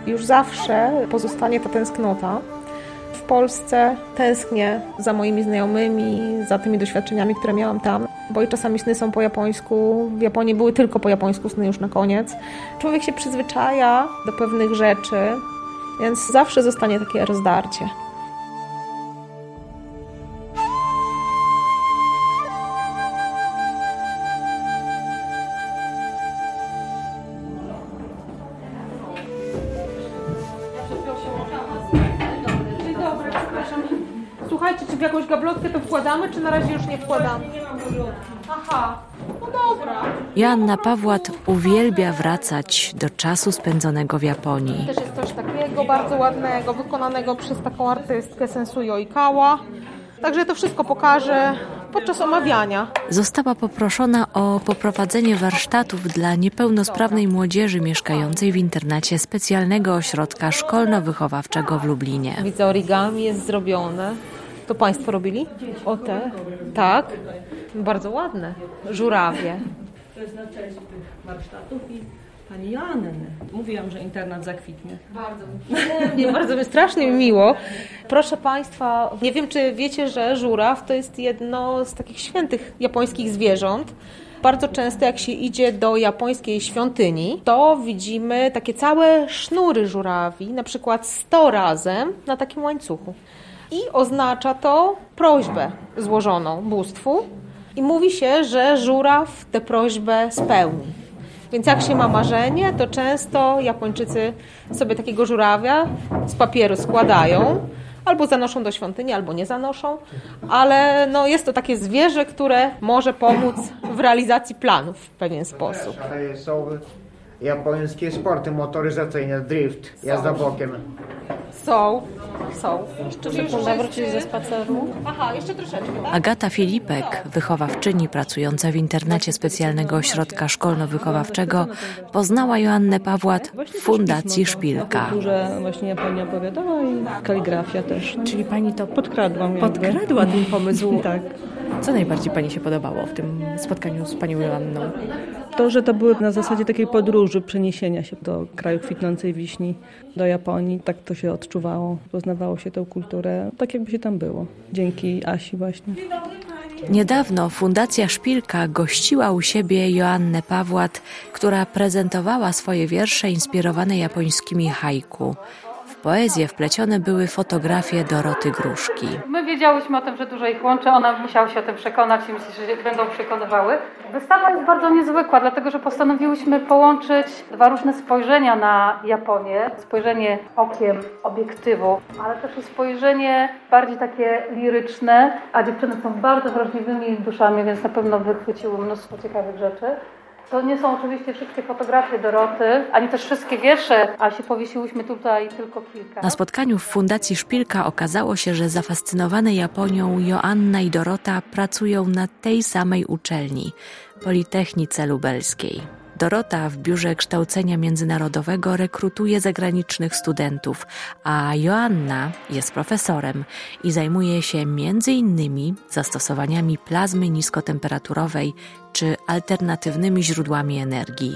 Już zawsze pozostanie ta tęsknota. W Polsce tęsknię za moimi znajomymi, za tymi doświadczeniami, które miałam tam, bo i czasami sny są po japońsku. W Japonii były tylko po japońsku sny już na koniec. Człowiek się przyzwyczaja do pewnych rzeczy, więc zawsze zostanie takie rozdarcie. Słuchajcie, czy w jakąś gablotkę to wkładamy, czy na razie już nie wkładamy? Nie mam gablotki. Aha, no dobra. Joanna Pawłat uwielbia wracać do czasu spędzonego w Japonii. Też jest coś takiego bardzo ładnego, wykonanego przez taką artystkę Sensuyo Oikawa. Także to wszystko pokażę podczas omawiania. Została poproszona o poprowadzenie warsztatów dla niepełnosprawnej młodzieży mieszkającej w internacie specjalnego ośrodka szkolno-wychowawczego w Lublinie. Widzę, origami jest zrobione. To Państwo robili? O te? Tak. Bardzo ładne. Żurawie. To jest na cześć tych warsztatów i pani Joanny. Mówiłam, że internat zakwitnie. Bardzo mi strasznie miło. Proszę Państwa, nie wiem, czy wiecie, że żuraw to jest jedno z takich świętych japońskich zwierząt. Bardzo często jak się idzie do japońskiej świątyni, to widzimy takie całe sznury żurawi, na przykład 100 razem na takim łańcuchu. I oznacza to prośbę złożoną bóstwu i mówi się, że żuraw tę prośbę spełni. Więc jak się ma marzenie, to często Japończycy sobie takiego żurawia z papieru składają, albo zanoszą do świątyni, albo nie zanoszą, ale no jest to takie zwierzę, które może pomóc w realizacji planów w pewien sposób. Są japońskie sporty motoryzacyjne, drift, jazda bokiem. Są. Jeszcze sekunda, wrócić ze spaceru. Aha, jeszcze troszeczkę, tak? Agata Filipek, wychowawczyni pracująca w internacie specjalnego ośrodka szkolno-wychowawczego, poznała Joannę Pawłat w Fundacji Szpilka. O kulturze właśnie Japonia opowiadała i kaligrafia też. Czyli pani to Podkradła ten pomysł. Tak. Co najbardziej pani się podobało w tym spotkaniu z panią Joanną? To, że to były na zasadzie takiej podróży, przeniesienia się do kraju kwitnącej wiśni, do Japonii. Tak to się odczuwało. Poznawało się tę kulturę, tak jakby się tam było. Dzięki Asi właśnie. Niedawno Fundacja Szpilka gościła u siebie Joannę Pawłat, która prezentowała swoje wiersze inspirowane japońskimi haiku. W poezję wplecione były fotografie Doroty Gruszki. My wiedziałyśmy o tym, że dużo ich łączy, one musiały się o tym przekonać i myślę, że będą przekonywały. Wystawa jest bardzo niezwykła, dlatego że postanowiłyśmy połączyć dwa różne spojrzenia na Japonię. Spojrzenie okiem obiektywu, ale też i spojrzenie bardziej takie liryczne, a dziewczyny są bardzo wrażliwymi duszami, więc na pewno wychwyciły mnóstwo ciekawych rzeczy. To nie są oczywiście wszystkie fotografie Doroty, ani też wszystkie wiersze, a się powiesiłyśmy tutaj tylko kilka. Na spotkaniu w Fundacji Szpilka okazało się, że zafascynowane Japonią Joanna i Dorota pracują na tej samej uczelni, Politechnice Lubelskiej. Dorota w Biurze Kształcenia Międzynarodowego rekrutuje zagranicznych studentów, a Joanna jest profesorem i zajmuje się m.in. zastosowaniami plazmy niskotemperaturowej czy alternatywnymi źródłami energii.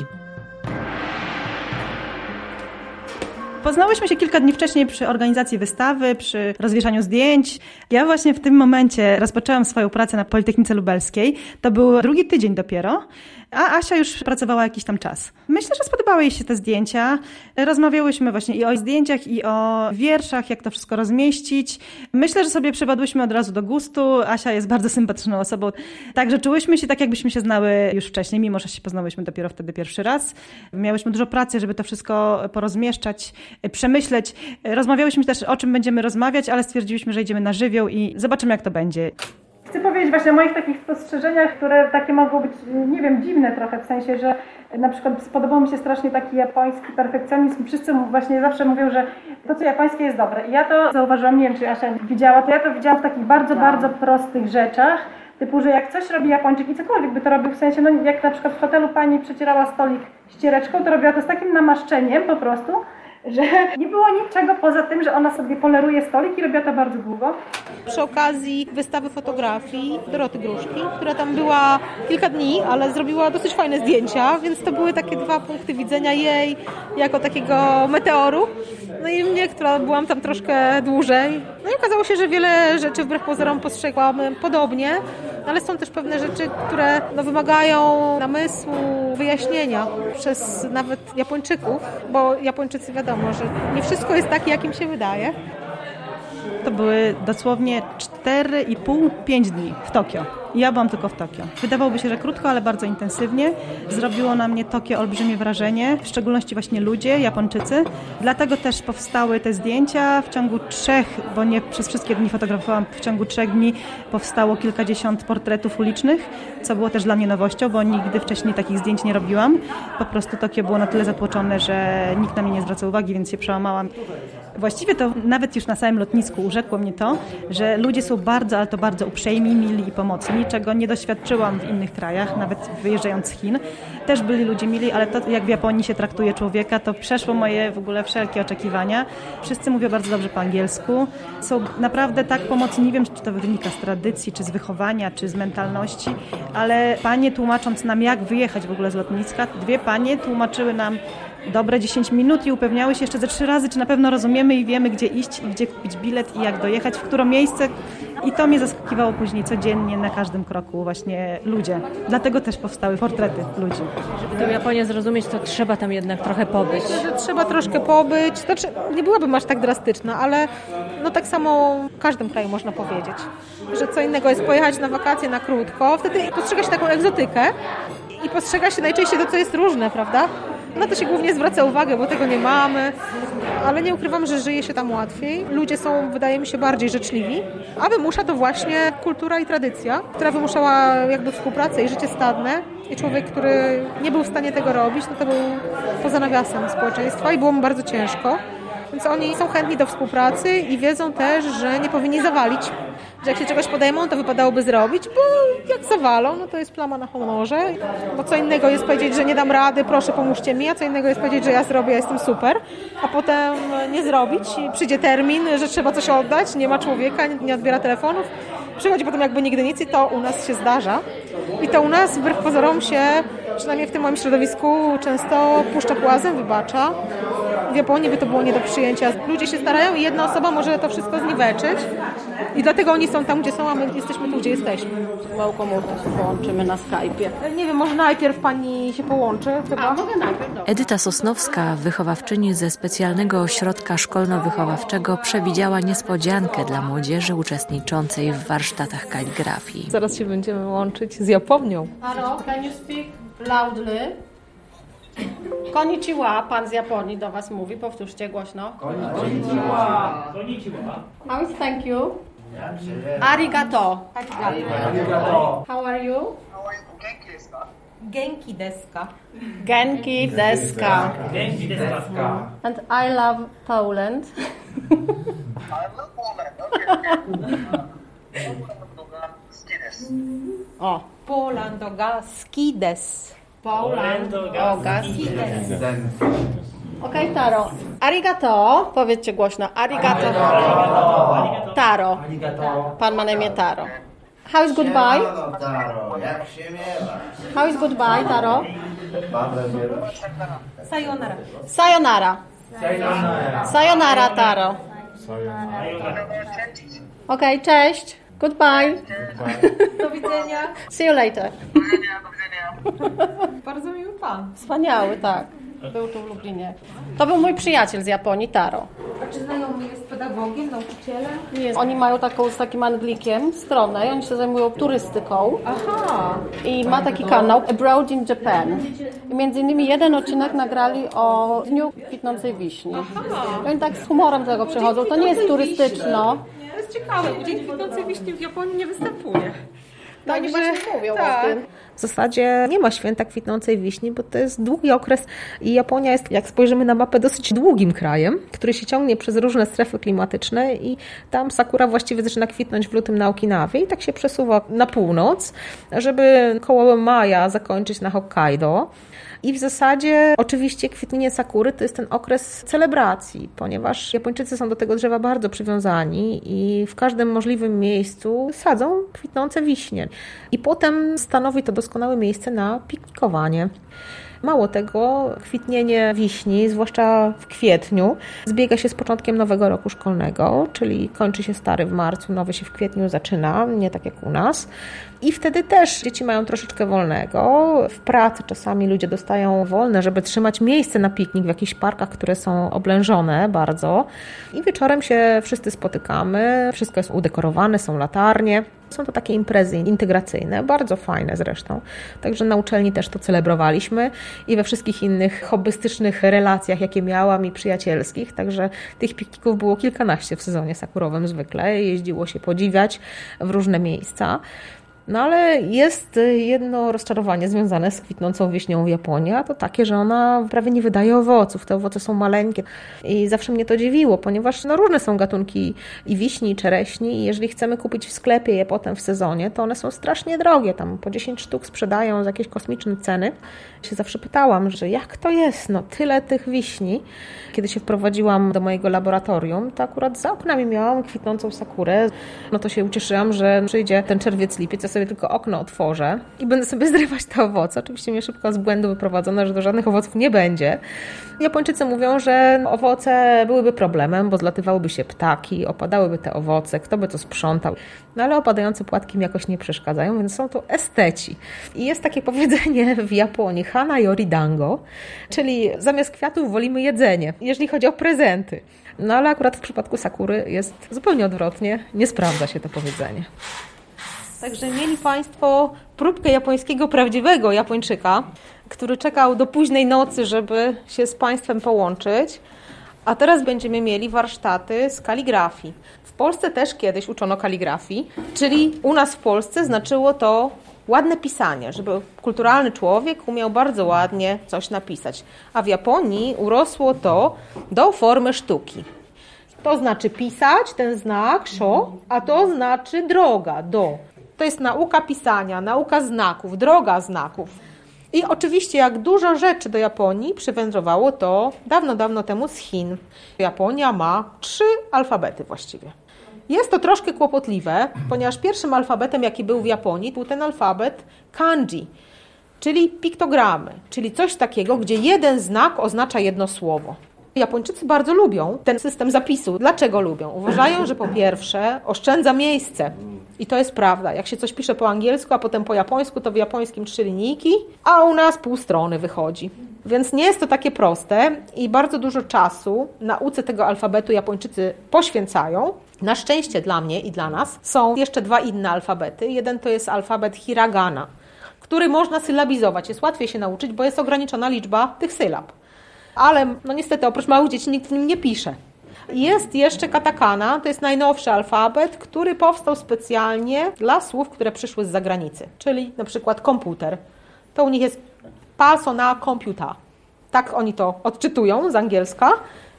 Poznałyśmy się kilka dni wcześniej przy organizacji wystawy, przy rozwieszaniu zdjęć. Ja właśnie w tym momencie rozpoczęłam swoją pracę na Politechnice Lubelskiej. To był drugi tydzień dopiero, a Asia już pracowała jakiś tam czas. Myślę, że spodobały jej się te zdjęcia. Rozmawiałyśmy właśnie i o zdjęciach, i o wierszach, jak to wszystko rozmieścić. Myślę, że sobie przypadłyśmy od razu do gustu. Asia jest bardzo sympatyczną osobą. Także czułyśmy się tak, jakbyśmy się znały już wcześniej, mimo że się poznałyśmy dopiero wtedy pierwszy raz. Miałyśmy dużo pracy, żeby to wszystko porozmieszczać, przemyśleć. Rozmawiałyśmy też, o czym będziemy rozmawiać, ale stwierdziliśmy, że idziemy na żywioł i zobaczymy, jak to będzie. Chcę powiedzieć właśnie o moich takich spostrzeżeniach, które takie mogą być, nie wiem, dziwne trochę, w sensie, że na przykład spodobał mi się strasznie taki japoński perfekcjonizm. Wszyscy właśnie zawsze mówią, że to, co japońskie, jest dobre. I ja to zauważyłam, nie wiem, czy Asia widziała, to ja to widziałam w takich bardzo, bardzo prostych rzeczach, typu, że jak coś robi Japończyk i cokolwiek by to robił, w sensie, no jak na przykład w hotelu pani przecierała stolik ściereczką, to robiła to z takim namaszczeniem po prostu, że nie było niczego poza tym, że ona sobie poleruje stolik i robiła to bardzo długo. Przy okazji wystawy fotografii Doroty Gruszki, która tam była kilka dni, ale zrobiła dosyć fajne zdjęcia, więc to były takie 2 punkty widzenia jej jako takiego meteoru. No i mnie, która byłam tam troszkę dłużej. No i okazało się, że wiele rzeczy wbrew pozorom postrzegłam podobnie, ale są też pewne rzeczy, które wymagają namysłu, wyjaśnienia przez nawet Japończyków, bo Japończycy wiadomo, że nie wszystko jest takie, jak im się wydaje. To były dosłownie 4,5-5 dni w Tokio. Ja byłam tylko w Tokio. Wydawałoby się, że krótko, ale bardzo intensywnie. Zrobiło na mnie Tokio olbrzymie wrażenie, w szczególności właśnie ludzie, Japończycy. Dlatego też powstały te zdjęcia w ciągu 3, bo nie przez wszystkie dni fotografowałam, w ciągu 3 dni powstało kilkadziesiąt portretów ulicznych, co było też dla mnie nowością, bo nigdy wcześniej takich zdjęć nie robiłam. Po prostu Tokio było na tyle zatłoczone, że nikt na mnie nie zwracał uwagi, więc się przełamałam. Właściwie to nawet już na samym lotnisku urzekło mnie to, że ludzie są bardzo, ale to bardzo uprzejmi, mili i pomocni, czego nie doświadczyłam w innych krajach, nawet wyjeżdżając z Chin. Też byli ludzie mili, ale to, jak w Japonii się traktuje człowieka, to przeszło moje w ogóle wszelkie oczekiwania. Wszyscy mówią bardzo dobrze po angielsku. Są naprawdę tak pomocni, nie wiem, czy to wynika z tradycji, czy z wychowania, czy z mentalności, ale panie tłumacząc nam, jak wyjechać w ogóle z lotniska, 2 panie tłumaczyły nam dobre 10 minut i upewniały się jeszcze ze 3 razy, czy na pewno rozumiemy i wiemy, gdzie iść i gdzie kupić bilet i jak dojechać, w które miejsce. I to mnie zaskakiwało później codziennie, na każdym kroku właśnie ludzie. Dlatego też powstały portrety ludzi. Żeby tę Japonię zrozumieć, to trzeba tam jednak trochę pobyć. Że trzeba troszkę pobyć. Znaczy, nie byłabym aż tak drastyczna, ale tak samo w każdym kraju można powiedzieć. Że co innego jest pojechać na wakacje na krótko, wtedy postrzega się taką egzotykę i postrzega się najczęściej to, co jest różne, prawda? Na to się głównie zwraca uwagę, bo tego nie mamy, ale nie ukrywam, że żyje się tam łatwiej. Ludzie są, wydaje mi się, bardziej życzliwi, a wymusza to właśnie kultura i tradycja, która wymuszała jakby współpracę i życie stadne. I człowiek, który nie był w stanie tego robić, to był poza nawiasem społeczeństwa i było mu bardzo ciężko. Więc oni są chętni do współpracy i wiedzą też, że nie powinni zawalić. Że jak się czegoś podejmą, to wypadałoby zrobić, bo jak zawalą, to jest plama na honorze. Bo co innego jest powiedzieć, że nie dam rady, proszę pomóżcie mi, a co innego jest powiedzieć, że ja zrobię, ja jestem super, a potem nie zrobić. Przyjdzie termin, że trzeba coś oddać, nie ma człowieka, nie odbiera telefonów. Przychodzi potem jakby nigdy nic i to u nas się zdarza. I to u nas wbrew pozorom się, przynajmniej w tym moim środowisku, często puszcza płazem, wybacza. W Japonii by to było nie do przyjęcia. Ludzie się starają i jedna osoba może to wszystko zniweczyć. I dlatego oni są tam, gdzie są, a my jesteśmy tu, gdzie jesteśmy. Małą komórkę się połączymy na Skype'ie. Nie wiem, może najpierw pani się połączy? Chyba? Mogę najpierw. Dobrze. Edyta Sosnowska, wychowawczyni ze specjalnego ośrodka szkolno-wychowawczego, przewidziała niespodziankę dla młodzieży uczestniczącej w warsztatach kaligrafii. Zaraz się będziemy łączyć z Japonią. Halo, can you speak loudly? Konnichiwa, pan z Japonii do was mówi, powtórzcie głośno. Konnichiwa. How is thank you? Arigato. How are you? Genki deska. Genki deska. And I love Poland. O. Polandoga skides. Polandoga skides. Okej, Taro. Arigato. Powiedzcie głośno. Arigato. Taro. Pan ma na imię Taro. How is goodbye? Taro, jak się miewa? How is goodbye, Taro? Sayonara. Sayonara. Sayonara, Taro. Okej, cześć. Goodbye. Do widzenia. See you later. Bardzo miły pan. Wspaniały, tak. Był tu w Lublinie. To był mój przyjaciel z Japonii, Taro. A czy znajomy jest pedagogiem, nauczycielem? Jest. Oni mają taką z takim Anglikiem stronę i oni się zajmują turystyką. Aha. I ma taki kanał Abroad in Japan. I między innymi jeden odcinek nagrali o Dniu Kwitnącej Wiśni. I oni tak z humorem do tego przychodzą. To nie jest turystyczno. To jest ciekawe, bo Dzień Kwitnącej Wiśni w Japonii nie występuje. No oni właśnie mówią tak. o tym. W zasadzie nie ma święta kwitnącej wiśni, bo to jest długi okres i Japonia jest, jak spojrzymy na mapę, dosyć długim krajem, który się ciągnie przez różne strefy klimatyczne i tam sakura właściwie zaczyna kwitnąć w lutym na Okinawie i tak się przesuwa na północ, żeby koło maja zakończyć na Hokkaido. I w zasadzie oczywiście kwitnienie sakury to jest ten okres celebracji, ponieważ Japończycy są do tego drzewa bardzo przywiązani i w każdym możliwym miejscu sadzą kwitnące wiśnie. I potem stanowi to doskonałe miejsce na piknikowanie. Mało tego, kwitnienie wiśni, zwłaszcza w kwietniu, zbiega się z początkiem nowego roku szkolnego, czyli kończy się stary w marcu, nowy się w kwietniu zaczyna, nie tak jak u nas. I wtedy też dzieci mają troszeczkę wolnego. W pracy czasami ludzie dostają wolne, żeby trzymać miejsce na piknik w jakichś parkach, które są oblężone bardzo. I wieczorem się wszyscy spotykamy, wszystko jest udekorowane, są latarnie. Są to takie imprezy integracyjne, bardzo fajne zresztą. Także na uczelni też to celebrowaliśmy i we wszystkich innych hobbystycznych relacjach, jakie miałam i przyjacielskich. Także tych pikników było kilkanaście w sezonie sakurowym zwykle. Jeździło się podziwiać w różne miejsca. No ale jest jedno rozczarowanie związane z kwitnącą wiśnią w Japonii, a to takie, że ona prawie nie wydaje owoców. Te owoce są maleńkie i zawsze mnie to dziwiło, ponieważ różne są gatunki i wiśni, i czereśni i jeżeli chcemy kupić w sklepie je potem w sezonie, to one są strasznie drogie, tam po 10 sztuk sprzedają za jakieś kosmiczne ceny. Się zawsze pytałam, że jak to jest, tyle tych wiśni. Kiedy się wprowadziłam do mojego laboratorium, to akurat za oknami miałam kwitnącą sakurę. To się ucieszyłam, że przyjdzie ten czerwiec, lipiec, ja sobie tylko okno otworzę i będę sobie zrywać te owoce. Oczywiście mnie szybko z błędu wyprowadzono, że do żadnych owoców nie będzie. Japończycy mówią, że owoce byłyby problemem, bo zlatywałyby się ptaki, opadałyby te owoce, kto by to sprzątał. No ale opadające płatki mi jakoś nie przeszkadzają, więc są to esteci. I jest takie powiedzenie w Japonii, hana yori dango, czyli zamiast kwiatów wolimy jedzenie, jeżeli chodzi o prezenty. No ale akurat w przypadku sakury jest zupełnie odwrotnie, nie sprawdza się to powiedzenie. Także mieli Państwo próbkę japońskiego prawdziwego Japończyka, który czekał do późnej nocy, żeby się z Państwem połączyć. A teraz będziemy mieli warsztaty z kaligrafii. W Polsce też kiedyś uczono kaligrafii, czyli u nas w Polsce znaczyło to ładne pisanie, żeby kulturalny człowiek umiał bardzo ładnie coś napisać. A w Japonii urosło to do formy sztuki. To znaczy pisać, ten znak, sho, a to znaczy droga, do. To jest nauka pisania, nauka znaków, droga znaków. I oczywiście jak dużo rzeczy do Japonii przywędrowało to dawno, dawno temu z Chin. Japonia ma 3 alfabety właściwie. Jest to troszkę kłopotliwe, ponieważ pierwszym alfabetem, jaki był w Japonii, był ten alfabet kanji, czyli piktogramy, czyli coś takiego, gdzie jeden znak oznacza jedno słowo. Japończycy bardzo lubią ten system zapisu. Dlaczego lubią? Uważają, że po pierwsze oszczędza miejsce. I to jest prawda. Jak się coś pisze po angielsku, a potem po japońsku, to w japońskim 3 linijki, a u nas pół strony wychodzi. Więc nie jest to takie proste i bardzo dużo czasu nauce tego alfabetu Japończycy poświęcają. Na szczęście dla mnie i dla nas są jeszcze 2 inne alfabety. Jeden to jest alfabet hiragana, który można sylabizować. Jest łatwiej się nauczyć, bo jest ograniczona liczba tych sylab. Ale niestety oprócz małych dzieci nikt w nim nie pisze. Jest jeszcze katakana, to jest najnowszy alfabet, który powstał specjalnie dla słów, które przyszły z zagranicy, czyli na przykład komputer. To u nich jest persona computer. Tak oni to odczytują z angielska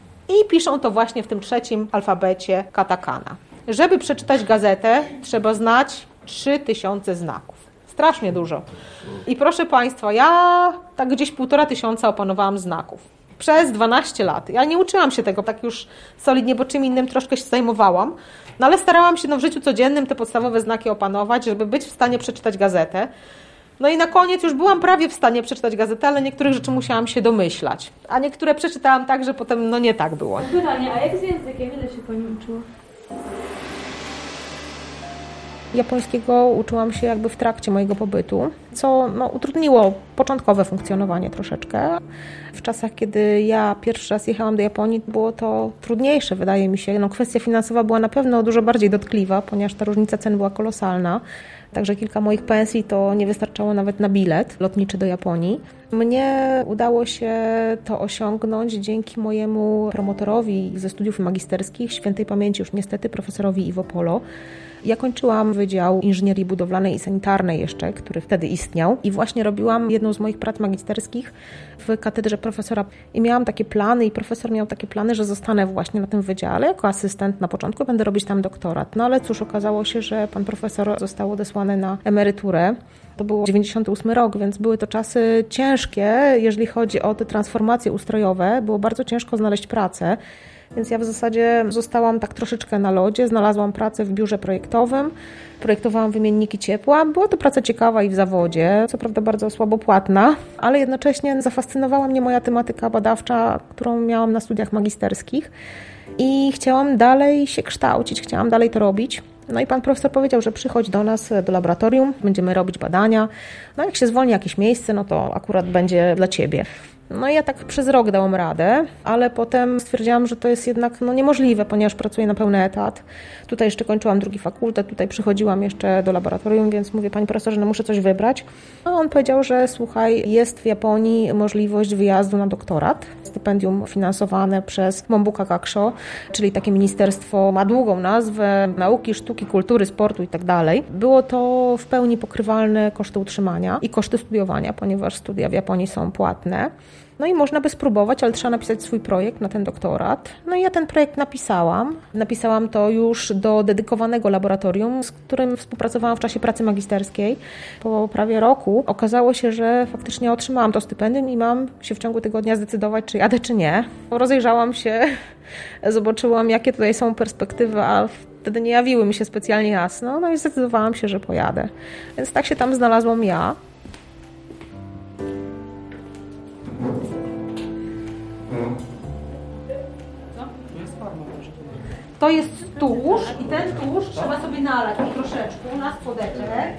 i piszą to właśnie w tym 3 alfabecie katakana. Żeby przeczytać gazetę, trzeba znać 3000 znaków. Strasznie dużo. I proszę Państwa, ja tak gdzieś 1500 opanowałam znaków. Przez 12 lat. Ja nie uczyłam się tego tak już solidnie, bo czym innym troszkę się zajmowałam, ale starałam się w życiu codziennym te podstawowe znaki opanować, żeby być w stanie przeczytać gazetę. No i na koniec już byłam prawie w stanie przeczytać gazetę, ale niektórych rzeczy musiałam się domyślać. A niektóre przeczytałam tak, że potem nie tak było. Pytanie, a jak z językiem? Ile się Pani uczyła? Japońskiego uczyłam się w trakcie mojego pobytu, co utrudniło początkowe funkcjonowanie troszeczkę. W czasach, kiedy ja pierwszy raz jechałam do Japonii, było to trudniejsze, wydaje mi się. Kwestia finansowa była na pewno dużo bardziej dotkliwa, ponieważ ta różnica cen była kolosalna. Także kilka moich pensji to nie wystarczało nawet na bilet lotniczy do Japonii. Mnie udało się to osiągnąć dzięki mojemu promotorowi ze studiów magisterskich, świętej pamięci już niestety, profesorowi Iwo Polo, Ja kończyłam Wydział Inżynierii Budowlanej i Sanitarnej jeszcze, który wtedy istniał i właśnie robiłam jedną z moich prac magisterskich w katedrze profesora i miałam takie plany i profesor miał takie plany, że zostanę właśnie na tym wydziale jako asystent na początku, będę robić tam doktorat. No ale cóż, okazało się, że pan profesor został odesłany na emeryturę. To był 98 rok, więc były to czasy ciężkie, jeżeli chodzi o te transformacje ustrojowe. Było bardzo ciężko znaleźć pracę. Więc ja w zasadzie zostałam tak troszeczkę na lodzie, znalazłam pracę w biurze projektowym, projektowałam wymienniki ciepła. Była to praca ciekawa i w zawodzie, co prawda bardzo słabo płatna, ale jednocześnie zafascynowała mnie moja tematyka badawcza, którą miałam na studiach magisterskich i chciałam dalej się kształcić, chciałam dalej to robić. No i pan profesor powiedział, że przychodź do nas do laboratorium, będziemy robić badania. No jak się zwolni jakieś miejsce, no to akurat będzie dla ciebie. No i ja tak przez rok dałam radę, ale potem stwierdziłam, że to jest jednak niemożliwe, ponieważ pracuję na pełny etat. Tutaj jeszcze kończyłam drugi fakultet, tutaj przychodziłam jeszcze do laboratorium, więc mówię, panie profesorze, muszę coś wybrać. No on powiedział, że słuchaj, jest w Japonii możliwość wyjazdu na doktorat, stypendium finansowane przez Mombuka Gakusho, czyli takie ministerstwo, ma długą nazwę, nauki, sztuki, kultury, sportu i tak dalej. Było to w pełni pokrywalne koszty utrzymania i koszty studiowania, ponieważ studia w Japonii są płatne. No i można by spróbować, ale trzeba napisać swój projekt na ten doktorat. No i ja ten projekt napisałam. Napisałam to już do dedykowanego laboratorium, z którym współpracowałam w czasie pracy magisterskiej. Po prawie roku okazało się, że faktycznie otrzymałam to stypendium i mam się w ciągu tygodnia zdecydować, czy jadę, czy nie. Rozejrzałam się, zobaczyłam, jakie tutaj są perspektywy, a wtedy nie jawiły mi się specjalnie jasno. No i zdecydowałam się, że pojadę. Więc tak się tam znalazłam ja. To jest tusz i ten tusz trzeba sobie nalać troszeczkę na spodeczek.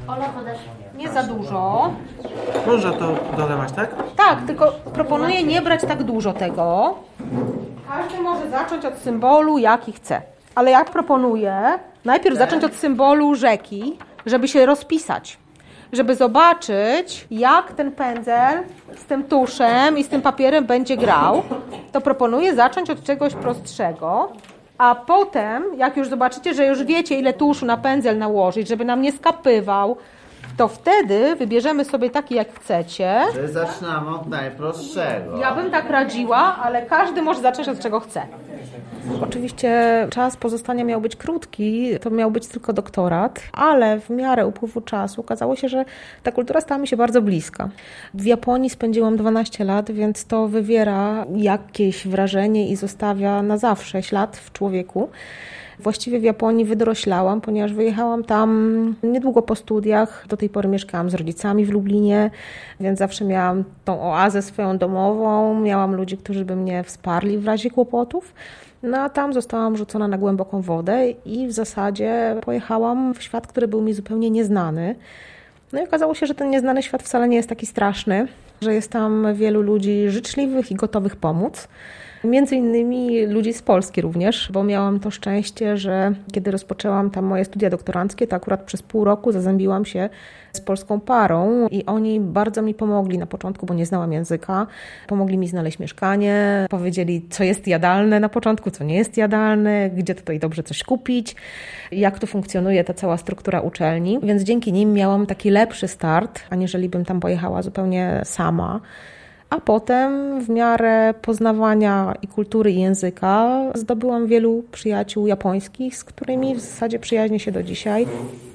Nie za dużo. Można to dolewać, tak? Tak, tylko proponuję nie brać tak dużo tego. Każdy może zacząć od symbolu, jaki chce. Ale ja proponuję najpierw zacząć od symbolu rzeki, żeby się rozpisać. Żeby zobaczyć, jak ten pędzel z tym tuszem i z tym papierem będzie grał, to proponuję zacząć od czegoś prostszego, a potem, jak już zobaczycie, że już wiecie, ile tuszu na pędzel nałożyć, żeby nam nie skapywał, to wtedy wybierzemy sobie taki, jak chcecie. Że zaczynamy od najprostszego. Ja bym tak radziła, ale każdy może zacząć od czego chce. Oczywiście czas pozostania miał być krótki, to miał być tylko doktorat, ale w miarę upływu czasu okazało się, że ta kultura stała mi się bardzo bliska. W Japonii spędziłam 12 lat, więc to wywiera jakieś wrażenie i zostawia na zawsze ślad w człowieku. Właściwie w Japonii wydoroślałam, ponieważ wyjechałam tam niedługo po studiach. Do tej pory mieszkałam z rodzicami w Lublinie, więc zawsze miałam tą oazę swoją domową. Miałam ludzi, którzy by mnie wsparli w razie kłopotów. No a tam zostałam rzucona na głęboką wodę i w zasadzie pojechałam w świat, który był mi zupełnie nieznany. No i okazało się, że ten nieznany świat wcale nie jest taki straszny, że jest tam wielu ludzi życzliwych i gotowych pomóc. Między innymi ludzi z Polski również, bo miałam to szczęście, że kiedy rozpoczęłam tam moje studia doktoranckie, to akurat przez pół roku zazębiłam się z polską parą i oni bardzo mi pomogli na początku, bo nie znałam języka. Pomogli mi znaleźć mieszkanie, powiedzieli, co jest jadalne na początku, co nie jest jadalne, gdzie tutaj dobrze coś kupić, jak tu funkcjonuje ta cała struktura uczelni. Więc dzięki nim miałam taki lepszy start, aniżeli bym tam pojechała zupełnie sama. A potem w miarę poznawania i kultury i języka zdobyłam wielu przyjaciół japońskich, z którymi w zasadzie przyjaźnię się do dzisiaj.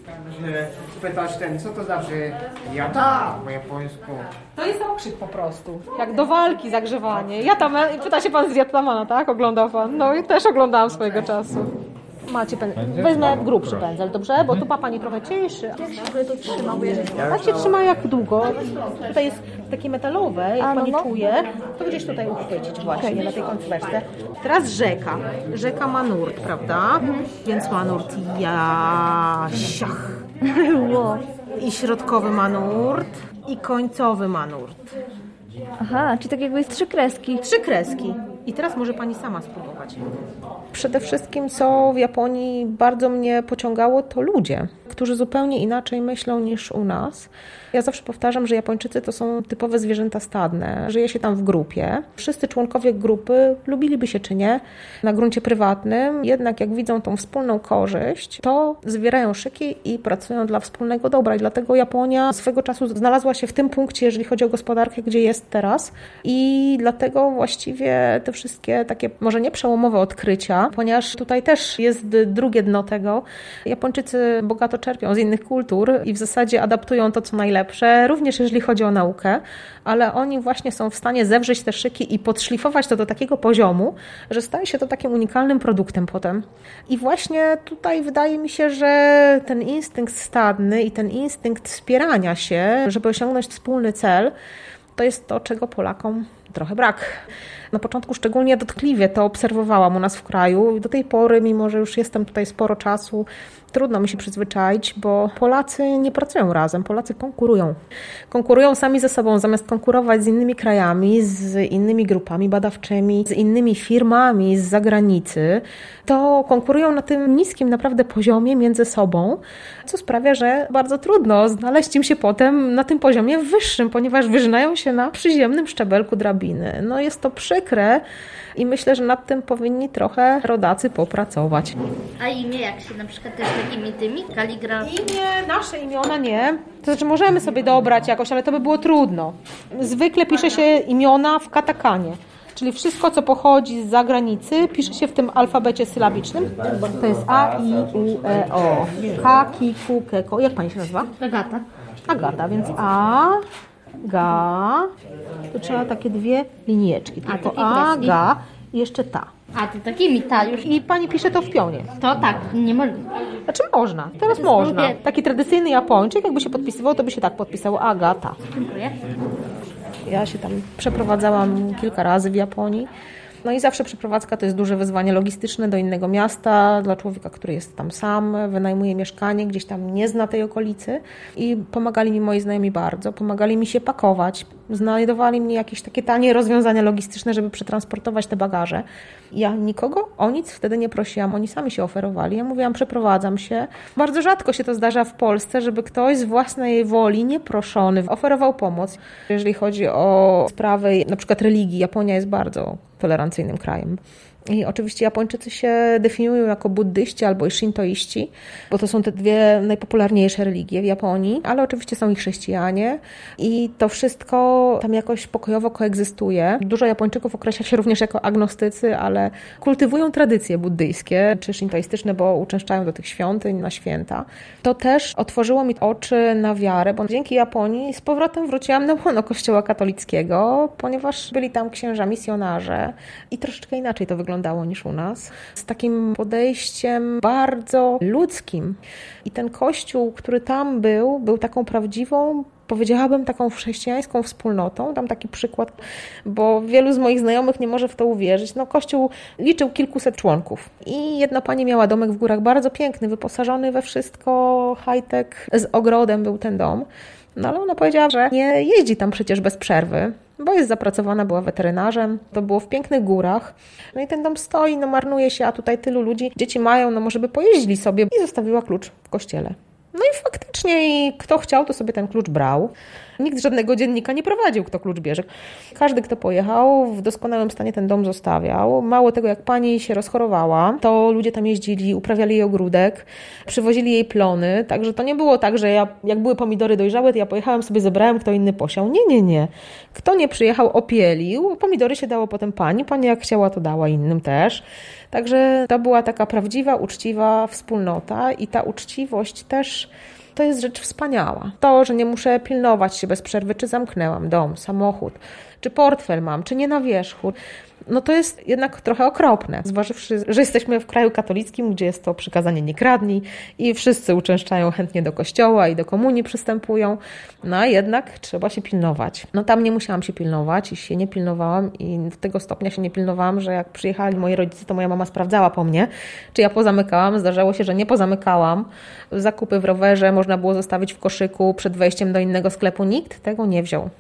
Pytać co to znaczy jata po japońsku? To jest okrzyk po prostu, jak do walki, zagrzewanie. Pyta się pan z Wietnamana, tak? Oglądał pan? No i też oglądałam swojego czasu. Macie pędzel. Wezmę grubszy pędzel, dobrze? Bo tu ma pani trochę cieńszy. Jak się to trzyma? Tak się trzyma jak długo. Tutaj jest takie metalowe, jak pani czuje, to gdzieś tutaj uchwycić właśnie na tej końcóweczce. Teraz rzeka. Rzeka ma nurt, prawda? Więc ma nurt jasiach. I środkowy ma nurt. I końcowy ma nurt. Aha, czyli tak jakby jest 3 kreski. 3 kreski. I teraz może Pani sama spróbować. Przede wszystkim, co w Japonii bardzo mnie pociągało, to ludzie, którzy zupełnie inaczej myślą niż u nas. Ja zawsze powtarzam, że Japończycy to są typowe zwierzęta stadne. Żyje się tam w grupie. Wszyscy członkowie grupy lubiliby się czy nie na gruncie prywatnym, jednak jak widzą tą wspólną korzyść, to zwierają szyki i pracują dla wspólnego dobra. I dlatego Japonia swego czasu znalazła się w tym punkcie, jeżeli chodzi o gospodarkę, gdzie jest teraz. I dlatego właściwie te wszystkie takie, może nie przełomowe odkrycia, ponieważ tutaj też jest drugie dno tego. Japończycy bogato czerpią z innych kultur i w zasadzie adaptują to, co najlepsze, również jeżeli chodzi o naukę, ale oni właśnie są w stanie zewrzeć te szyki i podszlifować to do takiego poziomu, że staje się to takim unikalnym produktem potem. I właśnie tutaj wydaje mi się, że ten instynkt stadny i ten instynkt wspierania się, żeby osiągnąć wspólny cel, to jest to, czego Polakom trochę brak. Na początku szczególnie dotkliwie to obserwowałam u nas w kraju i do tej pory, mimo że już jestem tutaj sporo czasu, trudno mi się przyzwyczaić, bo Polacy nie pracują razem, Polacy konkurują. Konkurują sami ze sobą, zamiast konkurować z innymi krajami, z innymi grupami badawczymi, z innymi firmami z zagranicy, to konkurują na tym niskim naprawdę poziomie między sobą, co sprawia, że bardzo trudno znaleźć im się potem na tym poziomie wyższym, ponieważ wyżynają się na przyziemnym szczebelku drabiny. No jest to przykre i myślę, że nad tym powinni trochę rodacy popracować. A imię jak się na przykład też takimi tymi kaligrafii? Imię, nasze imiona nie. To znaczy możemy sobie dobrać jakoś, ale to by było trudno. Zwykle pisze się imiona w katakanie. Czyli wszystko, co pochodzi z zagranicy, pisze się w tym alfabecie sylabicznym. To jest A, I, U, E, O. K, Ki, Ku, Ke, Ko. Jak pani się nazywa? Agata. Agata, więc A, Ga. Tu trzeba takie dwie linijeczki. Tylko A, Ga i jeszcze ta. A, to takimi ta już. I pani pisze to w pionie. To tak, nie można. Znaczy można, teraz można. Taki tradycyjny Japończyk, jakby się podpisywał, to by się tak podpisało Agata. Dziękuję. Ja się tam przeprowadzałam kilka razy w Japonii. No i zawsze przeprowadzka to jest duże wyzwanie logistyczne do innego miasta, dla człowieka, który jest tam sam, wynajmuje mieszkanie, gdzieś tam nie zna tej okolicy i pomagali mi moi znajomi bardzo, pomagali mi się pakować, znajdowali mi jakieś takie tanie rozwiązania logistyczne, żeby przetransportować te bagaże. Ja nikogo o nic wtedy nie prosiłam, oni sami się oferowali. Ja mówiłam, przeprowadzam się. Bardzo rzadko się to zdarza w Polsce, żeby ktoś z własnej woli, nieproszony, oferował pomoc. Jeżeli chodzi o sprawy na przykład religii, Japonia jest bardzo tolerancyjnym krajem. I oczywiście Japończycy się definiują jako buddyści albo i szintoiści, bo to są te dwie najpopularniejsze religie w Japonii, ale oczywiście są i chrześcijanie i to wszystko tam jakoś pokojowo koegzystuje. Dużo Japończyków określa się również jako agnostycy, ale kultywują tradycje buddyjskie czy szintoistyczne, bo uczęszczają do tych świątyń na święta. To też otworzyło mi oczy na wiarę, bo dzięki Japonii z powrotem wróciłam na łono Kościoła katolickiego, ponieważ byli tam księża misjonarze i troszeczkę inaczej to wyglądało niż u nas, z takim podejściem bardzo ludzkim. I ten kościół, który tam był taką prawdziwą, powiedziałabym, taką chrześcijańską wspólnotą. Dam taki przykład, bo wielu z moich znajomych nie może w to uwierzyć. No, kościół liczył kilkuset członków i jedna pani miała domek w górach, bardzo piękny, wyposażony we wszystko, high-tech, z ogrodem był ten dom. No ale ona powiedziała, że nie jeździ tam przecież bez przerwy, bo jest zapracowana, była weterynarzem, to było w pięknych górach. No i ten dom stoi, no marnuje się, a tutaj tylu ludzi, dzieci mają, no może by pojeździli sobie i zostawiła klucz w kościele. No i faktycznie kto chciał, to sobie ten klucz brał. Nikt żadnego dziennika nie prowadził, kto klucz bierze. Każdy, kto pojechał, w doskonałym stanie ten dom zostawiał. Mało tego, jak pani się rozchorowała, to ludzie tam jeździli, uprawiali jej ogródek, przywozili jej plony, także to nie było tak, że jak były pomidory dojrzałe, to ja pojechałem sobie, zebrałem, kto inny posiał. Nie. Kto nie przyjechał, opielił, pomidory się dało potem pani jak chciała, to dała innym też. Także to była taka prawdziwa, uczciwa wspólnota i ta uczciwość też to jest rzecz wspaniała. To, że nie muszę pilnować się bez przerwy, czy zamknęłam dom, samochód, czy portfel mam, czy nie na wierzchu. No to jest jednak trochę okropne, zważywszy, że jesteśmy w kraju katolickim, gdzie jest to przykazanie nie kradnij i wszyscy uczęszczają chętnie do kościoła i do komunii przystępują, no a jednak trzeba się pilnować. No tam nie musiałam się pilnować i się nie pilnowałam i do tego stopnia się nie pilnowałam, że jak przyjechali moi rodzice, to moja mama sprawdzała po mnie, czy ja pozamykałam. Zdarzało się, że nie pozamykałam. Zakupy w rowerze można było zostawić w koszyku przed wejściem do innego sklepu. Nikt tego nie wziął.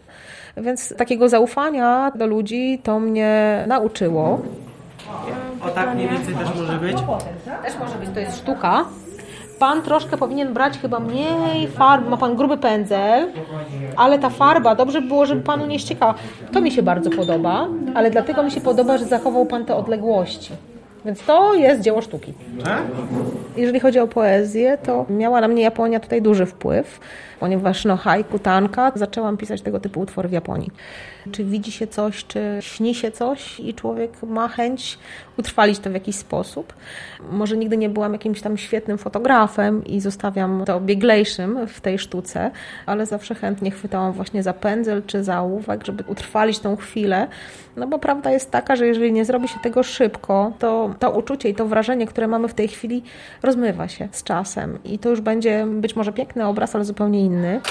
Więc takiego zaufania do ludzi to mnie nauczyło. O tak mniej więcej też może być? Też może być, to jest sztuka. Pan troszkę powinien brać chyba mniej farb, ma pan gruby pędzel, ale ta farba, dobrze by było, żeby panu nie ściekała. To mi się bardzo podoba, ale dlatego mi się podoba, że zachował pan te odległości. Więc to jest dzieło sztuki. Jeżeli chodzi o poezję, to miała na mnie Japonia tutaj duży wpływ, ponieważ haiku, tanka, zaczęłam pisać tego typu utwory w Japonii. Czy widzi się coś, czy śni się coś i człowiek ma chęć utrwalić to w jakiś sposób. Może nigdy nie byłam jakimś tam świetnym fotografem i zostawiam to bieglejszym w tej sztuce, ale zawsze chętnie chwytałam właśnie za pędzel czy za ołówek, żeby utrwalić tą chwilę. No bo prawda jest taka, że jeżeli nie zrobi się tego szybko, to to uczucie i to wrażenie, które mamy w tej chwili, rozmywa się z czasem i to już będzie być może piękny obraz, ale zupełnie inny.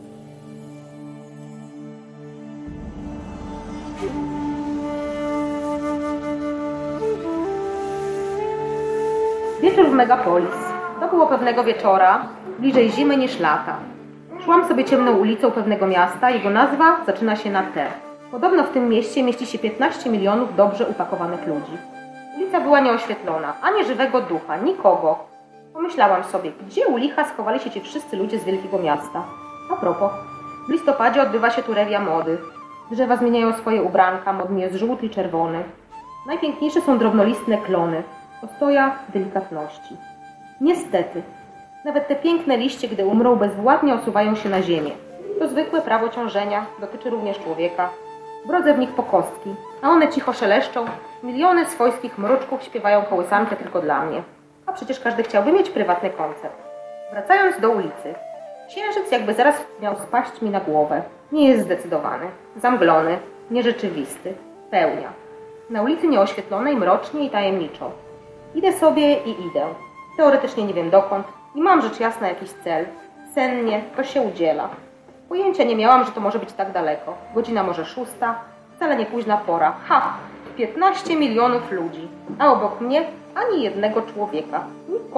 Wieczór w Megapolis. To było pewnego wieczora, bliżej zimy niż lata. Szłam sobie ciemną ulicą pewnego miasta, jego nazwa zaczyna się na T. Podobno w tym mieście mieści się 15 milionów dobrze upakowanych ludzi. Ulica była nieoświetlona, ani żywego ducha, nikogo. Pomyślałam sobie, gdzie u licha schowali się ci wszyscy ludzie z wielkiego miasta. A propos, w listopadzie odbywa się tu rewia mody. Drzewa zmieniają swoje ubranka, modny jest żółty i czerwony. Najpiękniejsze są drobnolistne klony, ostoja delikatności. Niestety, nawet te piękne liście, gdy umrą, bezwładnie osuwają się na ziemię. To zwykłe prawo ciążenia, dotyczy również człowieka. Brodzę w nich po kostki, a one cicho szeleszczą. Miliony swojskich mruczków śpiewają kołysankę tylko dla mnie. A przecież każdy chciałby mieć prywatny koncert. Wracając do ulicy, księżyc jakby zaraz miał spaść mi na głowę. Nie jest zdecydowany, zamglony, nierzeczywisty, pełnia. Na ulicy nieoświetlonej, mrocznie i tajemniczo. Idę sobie i idę. Teoretycznie nie wiem dokąd i mam rzecz jasna jakiś cel. Sennie to się udziela. Pojęcia nie miałam, że to może być tak daleko. Godzina może 6, wcale nie późna pora. 15 milionów ludzi, a obok mnie ani jednego człowieka.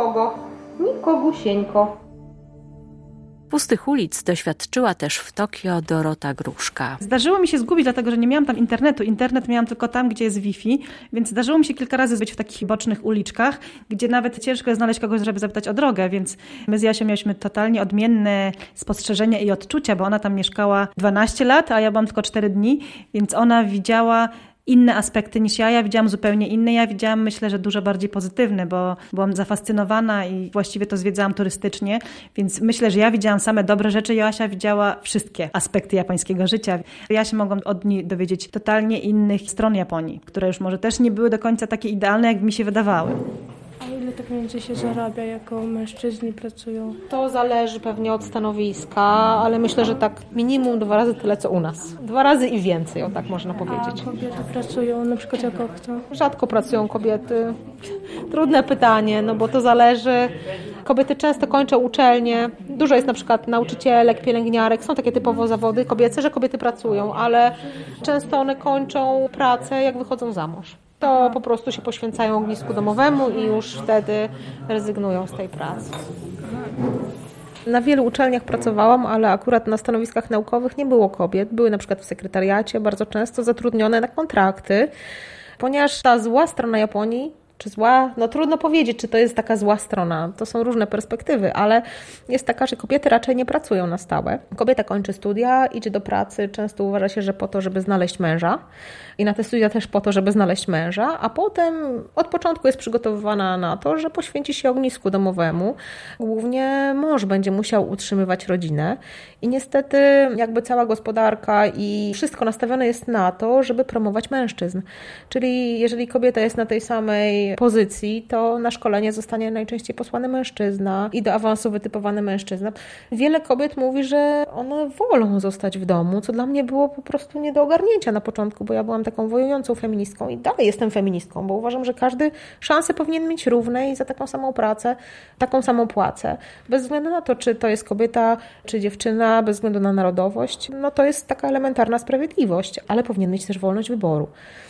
Nikogusieńko. Pustych ulic doświadczyła też w Tokio Dorota Gruszka. Zdarzyło mi się zgubić, dlatego że nie miałam tam internetu. Internet miałam tylko tam, gdzie jest Wi-Fi, więc zdarzyło mi się kilka razy być w takich bocznych uliczkach, gdzie nawet ciężko jest znaleźć kogoś, żeby zapytać o drogę, więc my z Jasią mieliśmy totalnie odmienne spostrzeżenia i odczucia, bo ona tam mieszkała 12 lat, a ja byłam tylko 4 dni, więc ona widziała inne aspekty niż ja. Ja widziałam zupełnie inne. Ja widziałam, myślę, że dużo bardziej pozytywne, bo byłam zafascynowana i właściwie to zwiedzałam turystycznie, więc myślę, że ja widziałam same dobre rzeczy. Joasia widziała wszystkie aspekty japońskiego życia. Ja się mogłam od niej dowiedzieć totalnie innych stron Japonii, które już może też nie były do końca takie idealne, jak mi się wydawały. A ile tak mniej więcej się zarabia, jako mężczyźni pracują? To zależy pewnie od stanowiska, ale myślę, że tak minimum 2 razy tyle, co u nas. 2 razy i więcej, o tak można powiedzieć. A kobiety pracują na przykład jako kto? Rzadko pracują kobiety. Trudne pytanie, no bo to zależy. Kobiety często kończą uczelnie. Dużo jest na przykład nauczycielek, pielęgniarek. Są takie typowo zawody kobiece, że kobiety pracują, ale często one kończą pracę, jak wychodzą za mąż. To po prostu się poświęcają ognisku domowemu i już wtedy rezygnują z tej pracy. Na wielu uczelniach pracowałam, ale akurat na stanowiskach naukowych nie było kobiet. Były na przykład w sekretariacie, bardzo często zatrudnione na kontrakty, ponieważ ta zła strona Japonii, czy zła, no trudno powiedzieć, czy to jest taka zła strona. To są różne perspektywy, ale jest taka, że kobiety raczej nie pracują na stałe. Kobieta kończy studia, idzie do pracy, często uważa się, że po to, żeby znaleźć męża i na te studia też po to, żeby znaleźć męża, a potem od początku jest przygotowywana na to, że poświęci się ognisku domowemu. Głównie mąż będzie musiał utrzymywać rodzinę i niestety jakby cała gospodarka i wszystko nastawione jest na to, żeby promować mężczyzn. Czyli jeżeli kobieta jest na tej samej pozycji, to na szkolenie zostanie najczęściej posłany mężczyzna i do awansu wytypowany mężczyzna. Wiele kobiet mówi, że one wolą zostać w domu, co dla mnie było po prostu nie do ogarnięcia na początku, bo ja byłam taką wojującą feministką i dalej jestem feministką, bo uważam, że każdy szansę powinien mieć równe i za taką samą pracę, taką samą płacę. Bez względu na to, czy to jest kobieta, czy dziewczyna, bez względu na narodowość, no to jest taka elementarna sprawiedliwość, ale powinien mieć też wolność wyboru.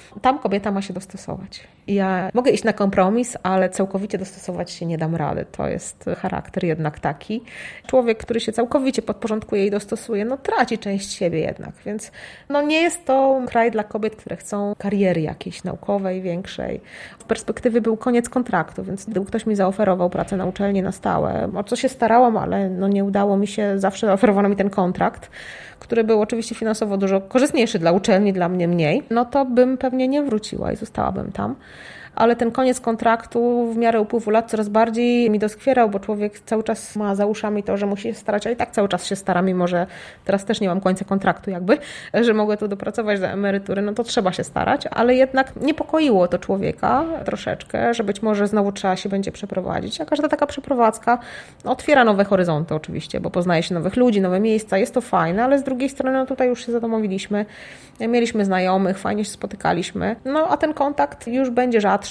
Tam kobieta ma się dostosować. Ja mogę iść na kompromis, ale całkowicie dostosować się nie dam rady. To jest charakter jednak taki. Człowiek, który się całkowicie podporządkuje i dostosuje, no traci część siebie jednak. Więc no nie jest to kraj dla kobiet, które chcą kariery jakiejś naukowej, większej. W perspektywie był koniec kontraktu, więc gdyby ktoś mi zaoferował pracę na uczelni na stałe, o co się starałam, ale no nie udało mi się, zawsze oferowano mi ten kontrakt, który był oczywiście finansowo dużo korzystniejszy dla uczelni, dla mnie mniej, no to bym pewnie nie wróciła i zostałabym tam. Ale ten koniec kontraktu w miarę upływu lat coraz bardziej mi doskwierał, bo człowiek cały czas ma za uszami to, że musi się starać, a i tak cały czas się stara, mimo że teraz też nie mam końca kontraktu jakby, że mogę tu dopracować do emerytury, no to trzeba się starać, ale jednak niepokoiło to człowieka troszeczkę, że być może znowu trzeba się będzie przeprowadzić, a każda taka przeprowadzka otwiera nowe horyzonty oczywiście, bo poznaje się nowych ludzi, nowe miejsca, jest to fajne, ale z drugiej strony no tutaj już się zadomowiliśmy, mieliśmy znajomych, fajnie się spotykaliśmy, no a ten kontakt już będzie rzadszy.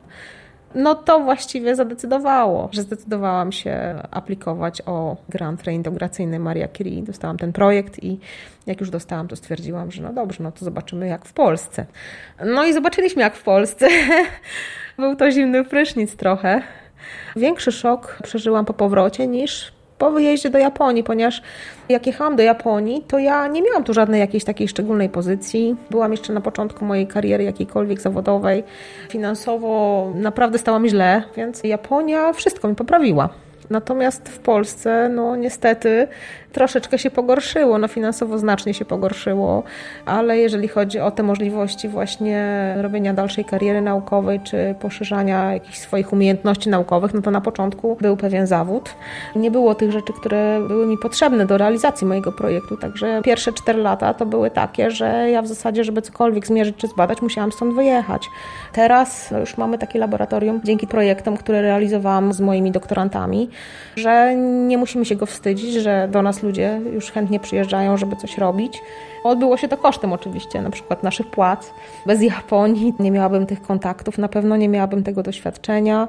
No to właściwie zadecydowało, że zdecydowałam się aplikować o grant reintegracyjny Maria Curie. Dostałam ten projekt i jak już dostałam, to stwierdziłam, że no dobrze, no to zobaczymy jak w Polsce. No i zobaczyliśmy jak w Polsce. Był to zimny prysznic trochę. Większy szok przeżyłam po powrocie niż po wyjeździe do Japonii, ponieważ jak jechałam do Japonii, to ja nie miałam tu żadnej jakiejś takiej szczególnej pozycji. Byłam jeszcze na początku mojej kariery jakiejkolwiek zawodowej. Finansowo naprawdę stała mi źle, więc Japonia wszystko mi poprawiła. Natomiast w Polsce, no niestety, troszeczkę się pogorszyło, no finansowo znacznie się pogorszyło, ale jeżeli chodzi o te możliwości właśnie robienia dalszej kariery naukowej, czy poszerzania jakichś swoich umiejętności naukowych, no to na początku był pewien zawód. Nie było tych rzeczy, które były mi potrzebne do realizacji mojego projektu, także pierwsze 4 lata to były takie, że ja w zasadzie, żeby cokolwiek zmierzyć czy zbadać, musiałam stąd wyjechać. Teraz już mamy takie laboratorium dzięki projektom, które realizowałam z moimi doktorantami, że nie musimy się go wstydzić, że do nas ludzie już chętnie przyjeżdżają, żeby coś robić. Odbyło się to kosztem oczywiście, na przykład naszych płac. Bez Japonii nie miałabym tych kontaktów, na pewno nie miałabym tego doświadczenia.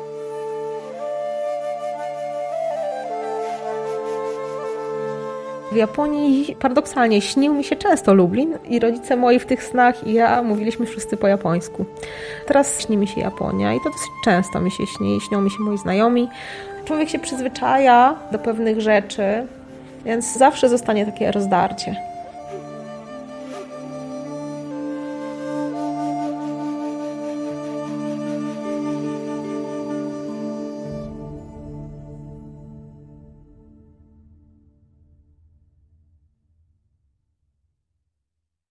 W Japonii paradoksalnie śnił mi się często Lublin i rodzice moi w tych snach i ja mówiliśmy wszyscy po japońsku. Teraz śni mi się Japonia i to dosyć często mi się śni, śnią mi się moi znajomi. Człowiek się przyzwyczaja do pewnych rzeczy, więc zawsze zostanie takie rozdarcie.